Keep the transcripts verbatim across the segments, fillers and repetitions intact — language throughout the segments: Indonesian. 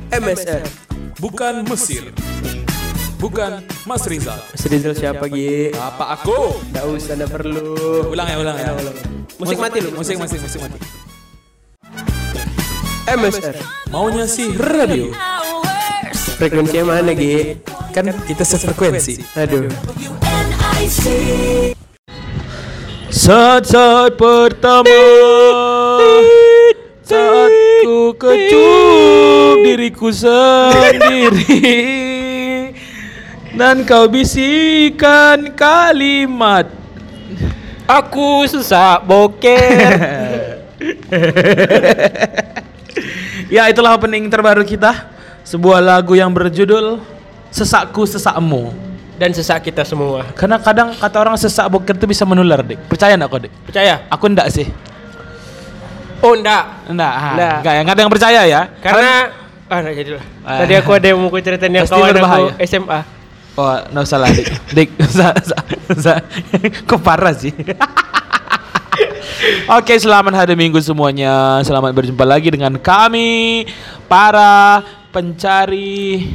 M S R. Bukan Mesir. Bukan Mas Rizal. Mas Rizal siapa Gi? Apa aku? Nggak usah, nggak perlu. Ulang ya, ulang ya. Musik mati lu. Musik, musik, musik mati. M S R. Maunya sih radio. Frekuensinya mana Gi? Kan kita sefrekuensi. Aduh. Saat-saat pertama saat ku kecup diriku sendiri dan kau bisikan kalimat Aku susah boker. Ya, itulah opening terbaru kita. Sebuah lagu yang berjudul Sesakku Sesakmu. Dan sesak kita semua. Karena kadang kata orang sesak boker itu bisa menular, Dik. Percaya enggak kau, Dik? Percaya? Aku enggak sih. Oh enggak. Enggak, ha, Enggak. enggak ya, enggak ada yang percaya ya. Karena ah enggak jadilah. Ah. Tadi aku ada yang mau ceritain yang Pasti kawan berbahaya. aku S M A. Oh, enggak usah lah, Dik. Dik, usah, usah, usah. Kok parah sih? Oke, selamat hari Minggu semuanya. Selamat berjumpa lagi dengan kami, para pencari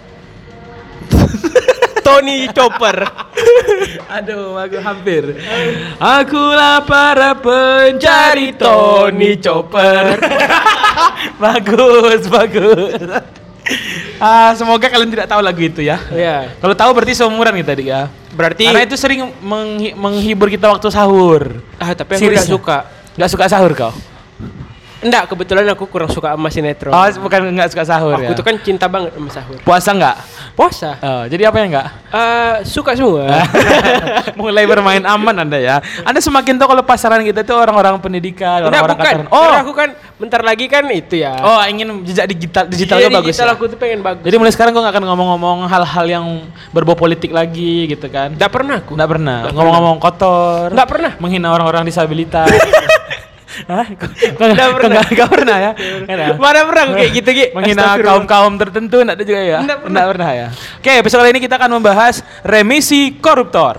Tony Chopper. Aduh, aku hampir. Akulah para pencari Tony Chopper. Bagus, bagus. Ah, semoga kalian tidak tahu lagu itu ya. Iya. Kalau tahu berarti seumuran kita, Dik ya. Berarti Karena itu sering menghi- menghibur kita waktu sahur. ah tapi aku Serius enggak suka. Enggak suka sahur kau? Enggak, kebetulan aku kurang suka sama sinetron. Oh, bukan enggak suka sahur Aku ya. tuh kan cinta banget sama sahur. Puasa enggak? Puasa. Oh, jadi apa yang enggak? Eh, suka semua. Mulai bermain aman Anda ya. Anda semakin tahu kalau pasaran kita itu orang-orang pendidikan, Enggak, orang-orang bukan. kantoran. Oh, Karena aku kan bentar lagi kan itu ya. oh ingin jejak digital digital Iya, gue bagus. digital Ya? aku tuh pengen bagus. Jadi mulai sekarang gue gak akan ngomong-ngomong hal-hal yang berbau politik lagi gitu kan. Enggak pernah aku. Nggak pernah. Nggak Ngomong-ngomong kotor. Nggak pernah. Menghina orang-orang disabilitas. Hah? Kok Nggak pernah. Nggak pernah ya? Nggak. Mana pernah aku kayak gitu, Gi? Menghina Astagfirullah. kaum-kaum tertentu enggak ada juga ya? Nggak pernah. Nggak pernah ya. Oke, episode kali ini kita akan membahas remisi koruptor.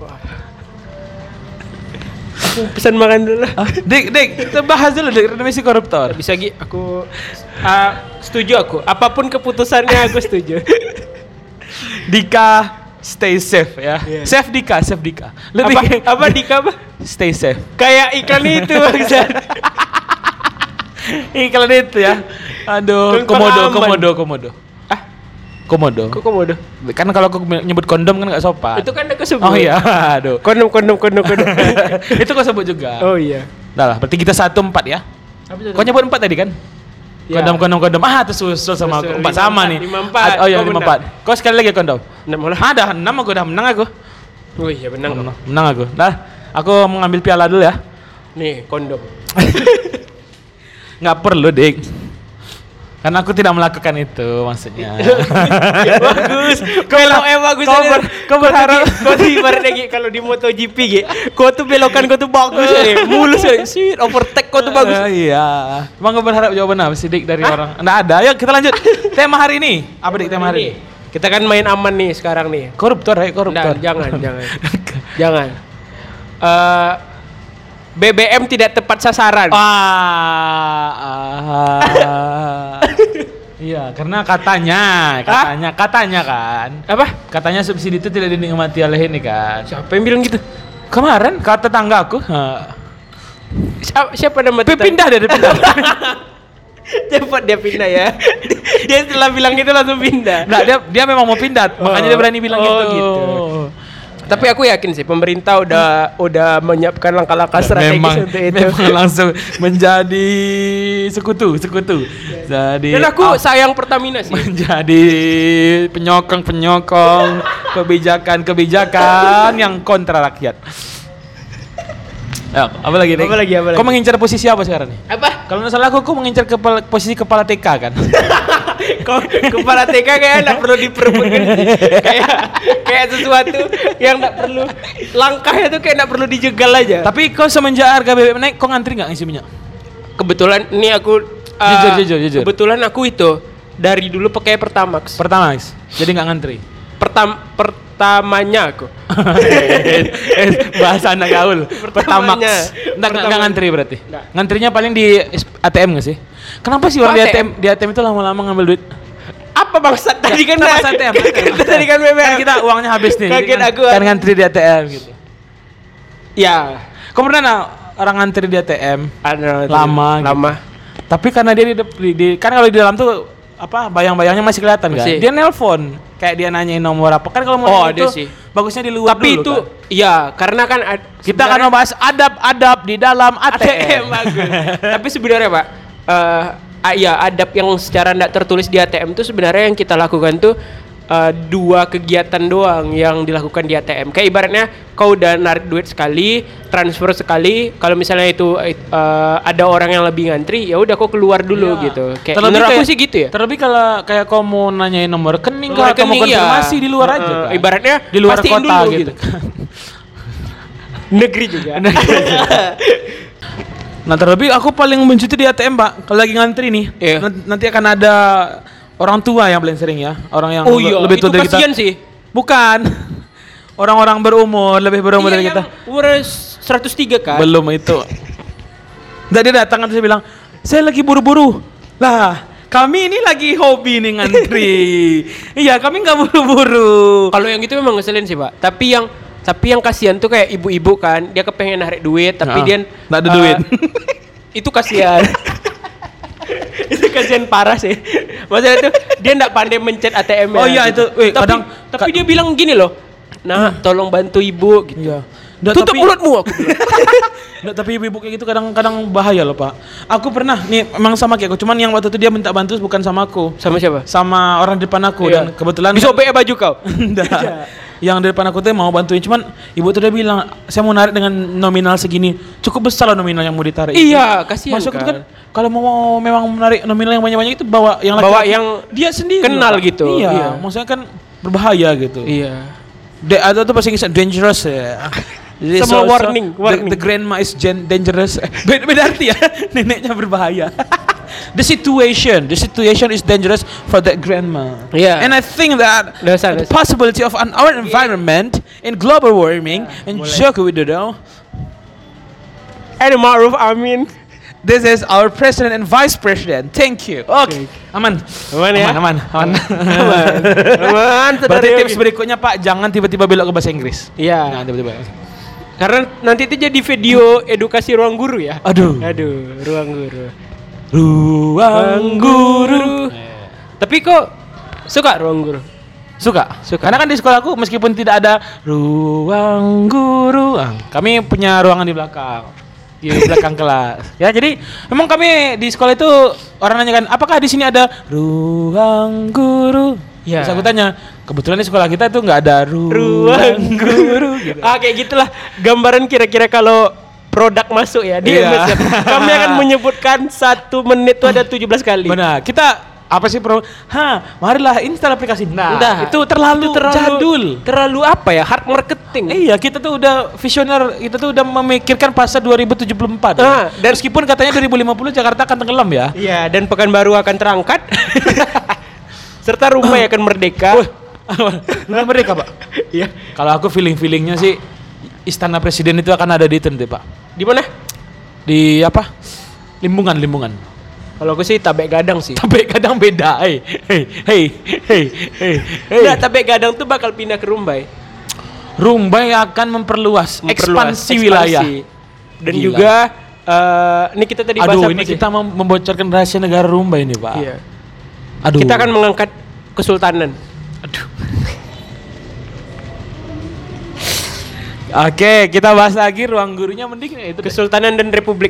Pesan makan dulu lah. Ah, Dik, Dik, kita bahas dulu Dik, remisi koruptor. Bisa Gi, aku ah, setuju aku. Apapun keputusannya aku setuju. Dika stay safe ya. Iya. Safe Dika, safe Dika. Lebih apa, kayak- apa Dika apa? stay safe. Kayak iklan itu bangsat. Iklan itu ya. Aduh, Yang komodo, pengalaman. komodo, komodo. Ah, Komodo. kok komodo? Kan kalau aku nyebut kondom kan nggak sopan. Itu kan aku sebut. Oh iya, aduh. Kondom, kondom, kondom, kondom. Itu kau sebut juga. Oh iya. Dah lah, berarti kita satu empat ya. Apa itu? Kau nyebut empat tadi kan? Ya. Kondom, kondom, kondom. Ah, tersusul sama aku. Tersusul. Empat Lima sama empat, nih. lima empat. Ah, oh iya, Kau lima menang. empat. Kau sekali lagi kondom. Nah, malah. Ah, dah enam aku dah menang aku. Oh iya benar. Menang, menang aku. Dah, aku mengambil piala dulu ya. Nih, kondom. Nggak perlu, Dik. Karena aku tidak melakukan itu maksudnya. Bagus. Kalau eh bagus. kau aja. ber- kau berharap- kau tuh ibaratnya Gi, kalau di MotoGP Gi, kau tuh belokan kau tuh bagus ya. Mulus ya. Sweet overtake kau tuh bagus. Eh, iya. Emang kau berharap jawaban apa sih, Dik, dari orang? Nggak ada. Ayo kita lanjut. Tema hari ini. Apa, Dik, tema hari ini? Kita kan main aman nih sekarang nih. Koruptor, ya, koruptor. Nah, jangan, jangan. Jangan. Eh B B M tidak tepat sasaran. Ah, ah. Iya, karena katanya, katanya, katanya kan, Apa? katanya subsidi itu tidak dinikmati oleh ini kan. Siapa yang bilang gitu? Kemarin kata tetangga aku, ha. Siapa, siapa nama Tapi pindah dia, dia pindah. Cepat dia pindah ya. Dia setelah bilang gitu langsung pindah. Nah, dia dia memang mau pindah, makanya dia berani bilang Oh, gitu. gitu. Tapi aku yakin sih pemerintah udah udah menyiapkan langkah-langkah strategis memang, untuk itu. memang langsung menjadi sekutu, sekutu. Jadi Dan aku ah, sayang Pertamina sih. menjadi penyokong-penyokong kebijakan-kebijakan yang kontra rakyat. Ya, apa lagi nih? Apa lagi, apa lagi? Kau mengincar posisi apa sekarang nih? Apa? Kalau nggak salah aku, aku mengincar kepala, posisi kepala T K kan? Kau kepala T K kayak enggak perlu diperbutkan. kayak kayak sesuatu yang enggak perlu langkahnya tuh kayak enggak perlu dijegal aja. Tapi kau semenjak harga B B M naik, kau ngantri nggak ngisi minyak? Kebetulan ini aku uh, Jujur, jujur, jujur. Kebetulan aku itu dari dulu pakai Pertamax. Pertama, Mas. Jadi nggak ngantri. Pertam pertamanya aku. Eh, bahasa anak gaul. Pertamax. Pertamanya. Nggak nggak nggak ngantri berarti. Nggak. Ngantrinya paling di A T M nggak sih? Kenapa sih orang Oh, di A T A T M M? di A T M itu lama-lama ngambil duit? Apa bangsat tadi kan? Kita pas A T M. Tadi kan meme. Kan kita uangnya habis nih. Kaget kan, aku. Kan ngantri di A T M gitu. Ya. Kau pernah nah, orang ngantri di A T M? Ada Lama. Lama. Gitu. Tapi karena dia di, di, di kan kalau di dalam tuh apa bayang-bayangnya masih kelihatan kan? Masih. Dia nelpon kayak dia nanyain nomor apa kan kalau mau Oh, itu ada sih. bagusnya di luar Tapi dulu, itu kan? iya, karena kan ad- Kita akan membahas adab-adab di dalam A A T T M. M bagus. Tapi sebenarnya Pak, eh uh, ya adab yang secara tidak tertulis di A T M itu sebenarnya yang kita lakukan tuh uh, dua kegiatan doang yang dilakukan di A T M. Kayak ibaratnya kau udah narik duit sekali, transfer sekali. Kalau misalnya itu uh, ada orang yang lebih ngantri, ya udah kau keluar dulu Iya. gitu. Kayak Terlebih menurut aku kayak- sih gitu ya. Terlebih kalau kayak kau mau nanyain nomor rekening Nomor kah, atau mau rekening, konfirmasi ya. di luar Uh, aja kan? ibaratnya di luar pastiin kota dulu gitu. gitu. Negeri juga. Nah terlebih aku paling benci itu di A T M Pak. Kalau lagi ngantri nih, Iya. nanti, nanti akan ada orang tua yang paling sering ya, orang yang Oh le- iya, lebih tua itu dari kita. kasihan sih. Bukan, orang-orang berumur, lebih berumur Iya, dari yang kita. umur seratus tiga kan? Belum itu. Nggak, dia datang kan dia bilang, saya lagi buru-buru. Lah, kami ini lagi hobi nih ngantri. Iya, kami nggak buru-buru. Kalau yang itu memang ngeselin sih, Pak. Tapi yang tapi yang kasihan tuh kayak ibu-ibu kan, dia kepengen narik duit tapi Ah, dia nggak ada eh, duit. Itu kasihan. Itu kasihan parah sih. Maksudnya itu dia enggak pandai mencet A T M. Oh iya, itu, weh, tapi, kadang- tapi dia bilang gini loh. Nah, tolong bantu ibu gitu. Iya. Nggak, Tutup tapi- mulutmu aku bilang. Nggak, tapi ibu-ibu kayak gitu kadang-kadang bahaya loh Pak. Aku pernah nih emang sama kayak aku, cuman yang waktu itu dia minta bantu bukan sama aku, Sama siapa? sama orang di depan aku. Iya. Dan kebetulan Disobek baju kau. Nggak. Yang di depan aku tuh mau bantuin, cuman ibu tuh udah bilang saya mau narik dengan nominal segini, cukup besar loh nominal yang mau ditarik. Iya, kasihan Masuk itu kan. kan kalau mau memang menarik nominal yang banyak-banyak itu bawa yang Bawa laki-laki. yang dia sendiri kenal loh, Pak. gitu. Iya, Iya. maksudnya kan berbahaya gitu. Iya. De, ada tuh bahasa Inggris dangerous ya. Jadi Sama warning, the- warning. The, grandma is gen- dangerous. Eh, beda, beda arti ya. Neneknya berbahaya. The situation, the situation is dangerous for that grandma. Yeah. And I think that Dasar, the dasar. possibility of an, our environment in global warming and Joko Widodo. And Ma'ruf Amin. This is our president and vice president. Thank you. Oke, aman. Aman ya? Aman, aman. Aman. Aman. Berarti saudara. tips berikutnya Pak, jangan tiba-tiba belok ke bahasa Inggris. Iya. Nah, tiba-tiba. Karena nanti itu jadi video edukasi ruang guru ya. Aduh. Aduh, ruang guru. Ruang guru. Tapi kok suka ruang guru? Suka, Suka. Karena kan di sekolahku meskipun tidak ada ruang guru, ah, kami punya ruangan di belakang. Di belakang kelas. Ya, jadi memang kami di sekolah itu orang nanya kan, apakah di sini ada ruang guru? Ya. Terus aku tanya, kebetulan di sekolah kita itu nggak ada ruang, Ruang guru. Gitu. Ah, kayak gitulah gambaran kira-kira kalau produk masuk ya di Iya. M S N. Kami akan menyebutkan satu menit itu ada tujuh belas kali. Benar, kita apa sih pro? Hah, marilah install aplikasi. Nah, Udah. itu terlalu, terlalu jadul. Terlalu apa ya? Hard marketing. Iya, kita tuh udah visioner, kita tuh udah memikirkan fase dua ribu tujuh puluh empat. Ah, dan meskipun katanya dua ribu lima puluh Jakarta akan tenggelam ya. Iya, dan Pekanbaru akan terangkat. Serta Rumbai akan merdeka. Belum merdeka, Pak. Iya. Kalau aku feeling-feelingnya sih Istana Presiden itu akan ada di itu nanti, Pak. Di mana? Di apa? Limbungan, limbungan. Kalau aku sih Tabek Gadang sih. Tapi kadang beda. Hei, hei, hei, hei, hei. hei. Nah, Tabek Gadang tuh bakal pindah ke Rumbai. Rumbai akan memperluas, Memperluas ekspansi, wilayah. Dan Gila. juga eh ini kita tadi bahas Aduh, apa ini sih? kita mem- membocorkan rahasia negara Rumbai ini, Pak. Iya. Aduh. Kita akan mengangkat kesultanan. Aduh. Oke, kita bahas lagi ruang gurunya mending ya itu. deh. Kesultanan dan Republik.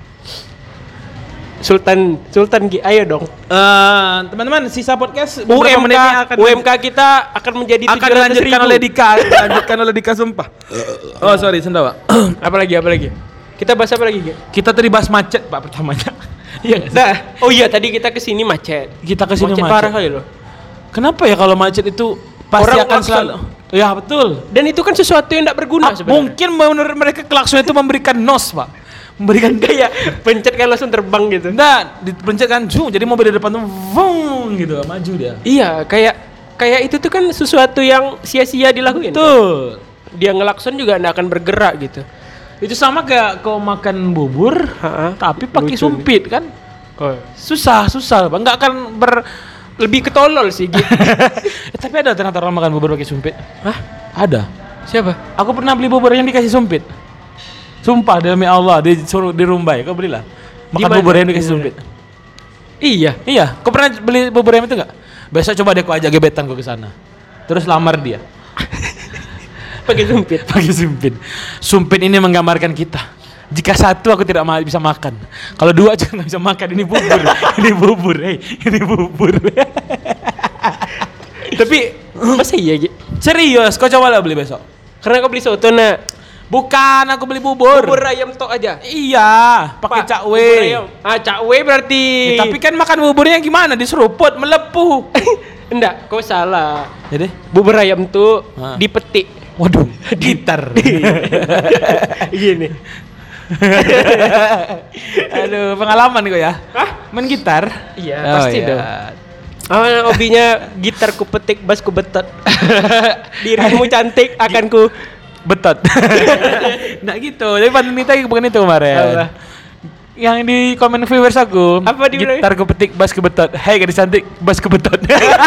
Sultan Sultan Gi, ayo dong. Eh, teman-teman, sisa podcast U beberapa M K menit ini akan U M K kita akan menjadi akan tujuh ratus dilanjutkan ribu. oleh Dika, dilanjutkan oleh Dika sumpah. Oh, sorry, sendawa. Apalagi apalagi. Kita bahas apa lagi, Gi? Kita tadi bahas macet, Pak, pertamanya. Iya nggak sih? Nah, oh iya tadi kita kesini macet. Kita kesini macet, macet. parah kali loh. Kenapa ya kalau macet itu pasti Orang akan klakson. selalu. Ya, betul. Dan itu kan sesuatu yang tidak berguna Ah, sebenarnya. mungkin menurut mereka klakson itu memberikan nos, Pak. Memberikan Kayak pencet kan langsung terbang gitu. Nah, dipencet kan, zoom, jadi mobil di depan tuh, vung, gitu, maju dia. Iya, kayak kayak itu tuh kan sesuatu yang sia-sia dilakuin. Betul. Dia ngelakson juga nggak akan bergerak gitu. Itu sama kayak kau makan bubur, Ha-ha. tapi pakai Lucu sumpit kan? Oh. Susah, susah, Bang. Nggak akan ber lebih ketolol sih gitu. Eh, tapi ada ternyata orang makan bubur pakai sumpit. Hah? Ada. Siapa? Aku pernah beli bubur yang dikasih sumpit. Sumpah demi Allah disuruh di Rumbai. Kau belilah. Makan Gimana? bubur yang dikasih sumpit. Iya. Iya, kau pernah beli bubur ayam itu enggak? Besok coba deh kau ajak gebetan kau ke sana. Terus lamar dia. Pakai sumpit. Pakai sumpit. Sumpit ini menggambarkan kita. Jika satu aku tidak ma- bisa makan. Kalau dua juga nggak bisa makan. Ini bubur. Ini bubur, hey. Ini bubur. Tapi masa iya gitu? Serius, kau coba lah beli besok. Karena kau beli soto nak. Bukan, aku beli bubur. Bubur ayam tok aja. Iya, pakai Pak, cakwe. bubur ayam. Ah, cakwe berarti. Ya, tapi kan makan buburnya gimana? Diseruput, melepuh. Enggak, kau salah. Jadi, Bubur ayam tuh Ah. dipetik. waduh, gitar. Gini. Aduh, pengalaman kok ya. Hah? Main gitar? Iya, Oh, pasti iya. dong. Ah, hobinya gitar ku petik, bass ku betot. Dirimu cantik akan ku Betot. Nggak gitu. Tapi pandemi itu bukan itu kemarin. Apa? Yang di komen viewers aku. Apa dibilang? Gitar ku petik, bass ku betot. Hai gadis cantik, bass ku betot.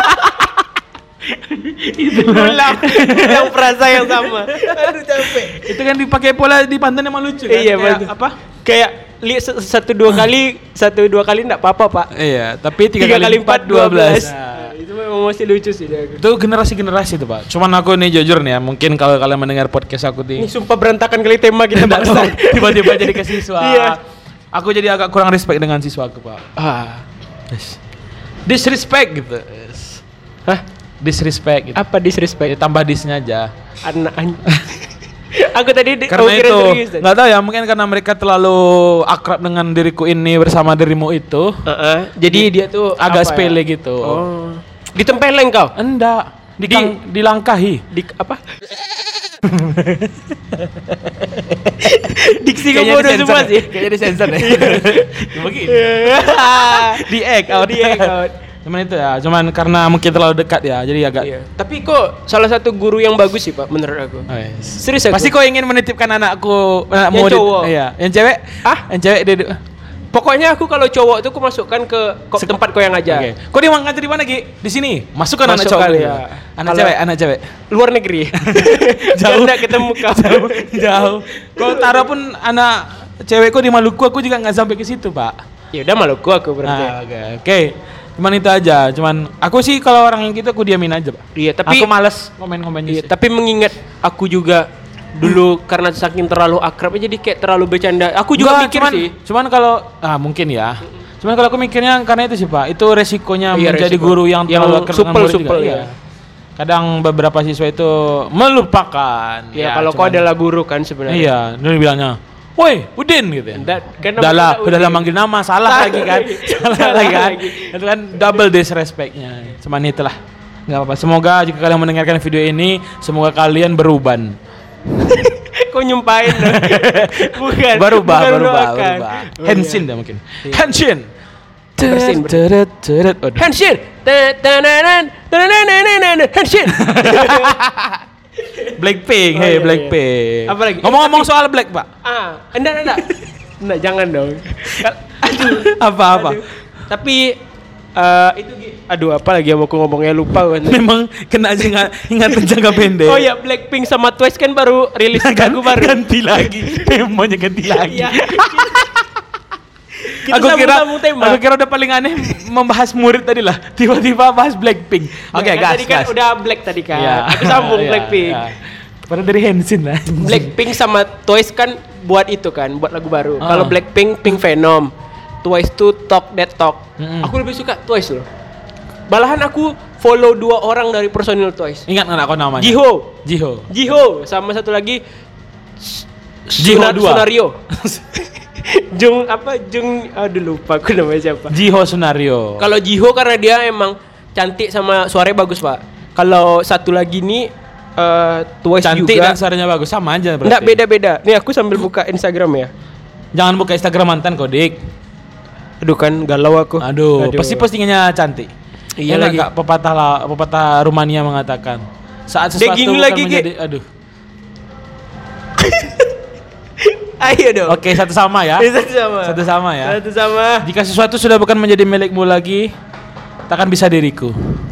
Itu ulang yang perasa yang sama. Aduh capek. itu kan dipakai pola di pantun emang lucu kan? Iya, Kayak betul. apa? Kayak lihat se- satu dua kali, satu dua kali enggak apa-apa, Pak. Iya, tapi tiga, Tiga kali empat dua belas. Nah, Itu memang masih lucu sih dia. itu generasi-generasi tuh, Pak. Cuman aku nih jujur nih ya, mungkin kalau kalian mendengar podcast aku Ini di sumpah berantakan kali tema kita Nggak bangsa. tahu, tiba-tiba jadi ke siswa. Iya. Aku jadi agak kurang respect dengan siswa aku, Pak. Ah. Yes. Disrespect gitu. Yes. Hah? Disrespect gitu. Apa disrespect? Ya, tambah disnya aja. Anak an- Aku tadi di- Karena oh, kira itu serius tadi. nggak tahu ya, mungkin karena mereka terlalu akrab dengan diriku ini bersama dirimu itu. Heeh. Jadi dia tuh agak apa sepele ya? gitu. Oh. Ditempeleng kau? Enggak, Di- Dikang- dilangkahi. Di apa? Diksi kau Kayaknya bodoh disensor semua ya? sih. Kayaknya disensor ya. Begini. Di egg out. Di egg out. Cuman itu ya, cuman karena mungkin terlalu dekat ya, jadi agak. Iya. Tapi kok salah satu guru yang bagus sih, Pak, menurut aku. Oh, yes. Serius aku. Pasti kau ingin menitipkan anakku, anakmu Yang di- cowok. Iya, yang cewek? Ah? Yang cewek dia. Pokoknya aku kalau cowok tuh aku masukkan ke ko- Sek- tempat kau yang aja. Oke. Kau dia ngajar di mana, Ki? Di sini. Masukkan anak Masukkan, cowok. ya. Anak Kalau- cewek, anak cewek. Luar negeri. Jauh. Enggak ketemu kau. Jauh, jauh. Kau taruh pun anak cewekku di Maluku, aku juga nggak sampai ke situ, Pak. Ya udah Maluku aku berarti. Ah, oke, oke. Cuman itu aja. Cuman aku sih kalau orang yang gitu aku diamin aja, Pak. Iya, tapi aku malas komen-komen iya, gitu. tapi mengingat aku juga dulu karena saking terlalu akrab jadi kayak terlalu bercanda. Aku juga Enggak, mikir cuman, sih. Cuman kalau ah mungkin ya. Cuman kalau aku mikirnya karena itu sih, Pak. Itu resikonya Iya, menjadi resiko. guru yang Yang terlalu akrab dengan murid supel-supel, juga. ya. Iya. Kadang beberapa siswa itu melupakan. Ya, kalau kau cuman- adalah guru kan sebenarnya. Iya, dia bilangnya, "Woi, Udin," gitu ya. Dan karena Udah lah, namanya udah lah Udin. manggil nama, salah Salah lagi kan. lagi. Salah Salah lagi kan. lagi. Itu kan double disrespect-nya. Cuman itulah. Enggak apa-apa. Semoga jika kalian mendengarkan video ini, semoga kalian beruban. Kau nyumpahin dong. Bukan. Berubah, bukan berubah, mendoakan. berubah. Oh, Henshin iya. dah mungkin. Henshin. Bersin, bersin. Teret, teret. Waduh. Henshin. Ta-ta-na-nan, ta-na-na-na-na-na, Henshin. Blackpink, Oh, hey iya, iya. Blackpink. Apa lagi? Ngomong-ngomong soal Black, Pak. Ah, enggak enggak. Enggak, jangan dong. Aduh. Apa-apa? Aduh. Tapi eh itu Gi. Aduh, apa lagi yang mau aku ngomongnya lupa kan. Memang kena aja ingat, ingatan jangka pendek. Oh ya, Blackpink sama Twice kan baru rilis lagu baru. Ganti lagi. Temonya ganti lagi. Iya. Kita aku kira sambung-sambung tema. aku kira udah paling aneh membahas murid tadi lah. Tiba-tiba bahas Blackpink. Oke, Ya, kan gas, tadi kan gas. udah Black tadi kan. Iya. Aku sambung Iya, Blackpink. iya. Padahal dari Henshin lah. Blackpink sama Twice kan buat itu kan, buat lagu baru. Ah. Kalau Blackpink, Pink Venom. Twice tuh Talk That Talk. Mm-mm. Aku lebih suka Twice loh. Malahan aku follow dua orang dari personil Twice. Ingat nggak kau namanya? Jiho, Jiho. Jiho sama satu lagi S- Jiho Sunar- dua. Sunario. Jung apa Jung aduh lupa aku namanya siapa. Jiho Sunario. Kalau Jiho karena dia emang cantik sama suaranya bagus, Pak. Kalau satu lagi nih eh, Twice Cantik juga. dan suaranya bagus, sama aja berarti. Enggak, beda-beda. Nih aku sambil buka Instagram ya. Jangan buka Instagram mantan kau, Dik. Aduh kan galau aku. Aduh, pasti postingannya cantik. Iya Enak lagi. Kak, pepatah lah, pepatah Rumania mengatakan saat sesuatu gini bukan lagi, Ki. menjadi aduh. Ayo dong. Oke, satu sama ya. Satu sama. Satu sama ya. Satu sama. Jika sesuatu sudah bukan menjadi milikmu lagi, takkan bisa diriku.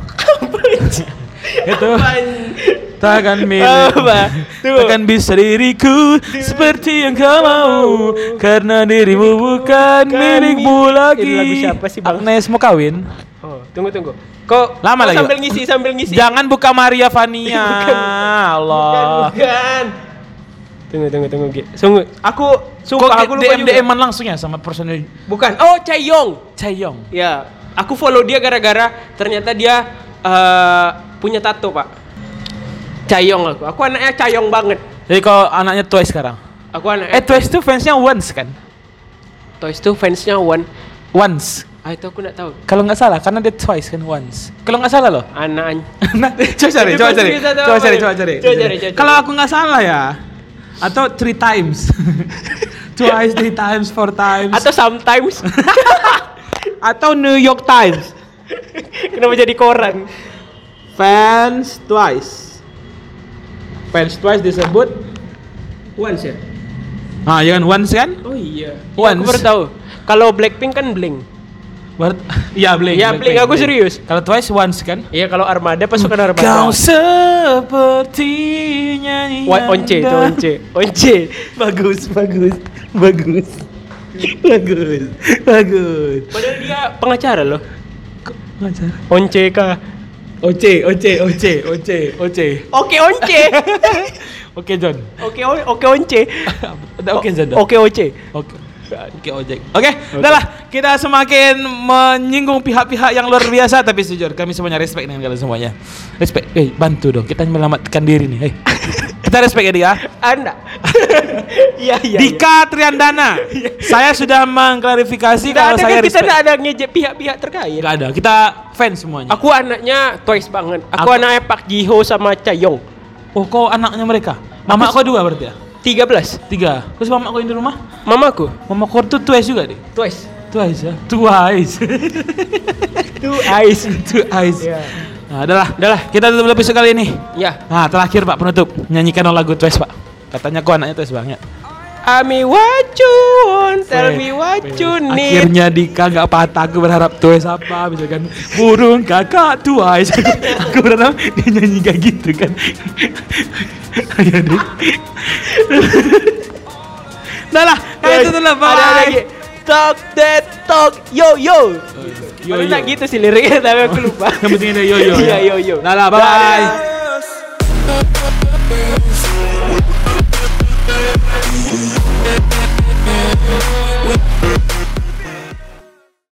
Itu takkan milik, takkan bisa diriku seperti yang kau mau, karena dirimu bukan milikmu lagi. Ini lagu siapa sih, Bang? Agnes mau kawin. Oh, tunggu tunggu. Kok Lama kok lagi, sambil Pak? ngisi sambil ngisi. Jangan buka Maria Vania. Bukan. Allah. Bukan, bukan. Tunggu tunggu tunggu Gi. Sungguh, aku Kok sumpah aku lupa D M juga. D M-an langsung ya sama personil Bukan. Oh, Chaeyong. Chaeyong. Ya, aku follow dia gara-gara ternyata dia eh, punya tato, Pak. Chaeyong aku. Aku anaknya Chaeyong banget. Jadi kalau anaknya Twice sekarang. Aku anaknya Eh Twice tuh fansnya Once kan? Toys tuh fansnya One. Once. Ah, itu aku enggak tahu. Kalau nggak salah karena dia Twice kan Once. Kalau nggak salah loh. Anak Nah, coba cari, Itu coba pasti cari, bisa tahu coba apa cari, ya? coba cari. Coba cari, coba Kalau cari. aku nggak salah ya, atau three times, twice, three times, four times, atau sometimes atau New York Times. kenapa jadi koran? Fans Twice, fans Twice disebut, Once ya? ah jangan Once kan? Oh iya. Iya, Once. aku baru tahu. Kalau Blackpink kan Blink. Ber- Iya Blink. Iya, Blink, aku serius. Kalau Twice Once kan? Iya, kalau Armada pasukan Armada. Kau seperti nyanyian. Wah, once itu once. Once. Bagus, bagus, bagus, bagus, bagus. Padahal dia pengacara loh. Ngajar. Once kah? Oce, oce, oce, oce, oce. Oke once. Oke John. Oke o- oke once. Udah oke John. Oke once. Oke. Oke ojek. Oke, udahlah kita semakin menyinggung pihak-pihak yang luar biasa tapi jujur kami semuanya respect dengan kalian semuanya. Respect. Eh, bantu dong kita menyelamatkan diri nih. Hey. Kita respect ya dia. Anda. Iya iya. Dika Triandana. Saya sudah mengklarifikasi Tidak kalau ada saya kan, kita respect. tidak ada ngejek pihak-pihak terkait. Enggak ada. Kita fans semuanya. Aku anaknya Twice banget. Aku Apa? anaknya Park Ji-ho sama Chaeyong. Oh, kau anaknya mereka. Mama kau dua berarti ya? tiga belas. Tiga. Terus mama kau yang di rumah? Mamaku Mama kau tuh Twice juga deh. Twice. Twice ya. Twice. Two eyes. Twice. Iya. Nah, adalah. Udahlah. Kita tutup episode kali ini. Ya. Nah, terakhir Pak penutup. Nyanyikan lagu Twice, Pak. Katanya kau anaknya Twice banget. Ami what you want, tell me what you need. Akhirnya Dika gak patah. Aku berharap Twice apa misalkan burung kakak Twice. Aku berharap dia nyanyi kayak gitu kan. Ayo deh. Udah lah, kayak itu dulu, Ada lagi. bye. Talk that talk, yo yo. Yo, Yo, yo. tak gitu sih liriknya tapi aku lupa. Yang penting ada yo yo. Iya yo yo. Dah lah, bye. Dadah.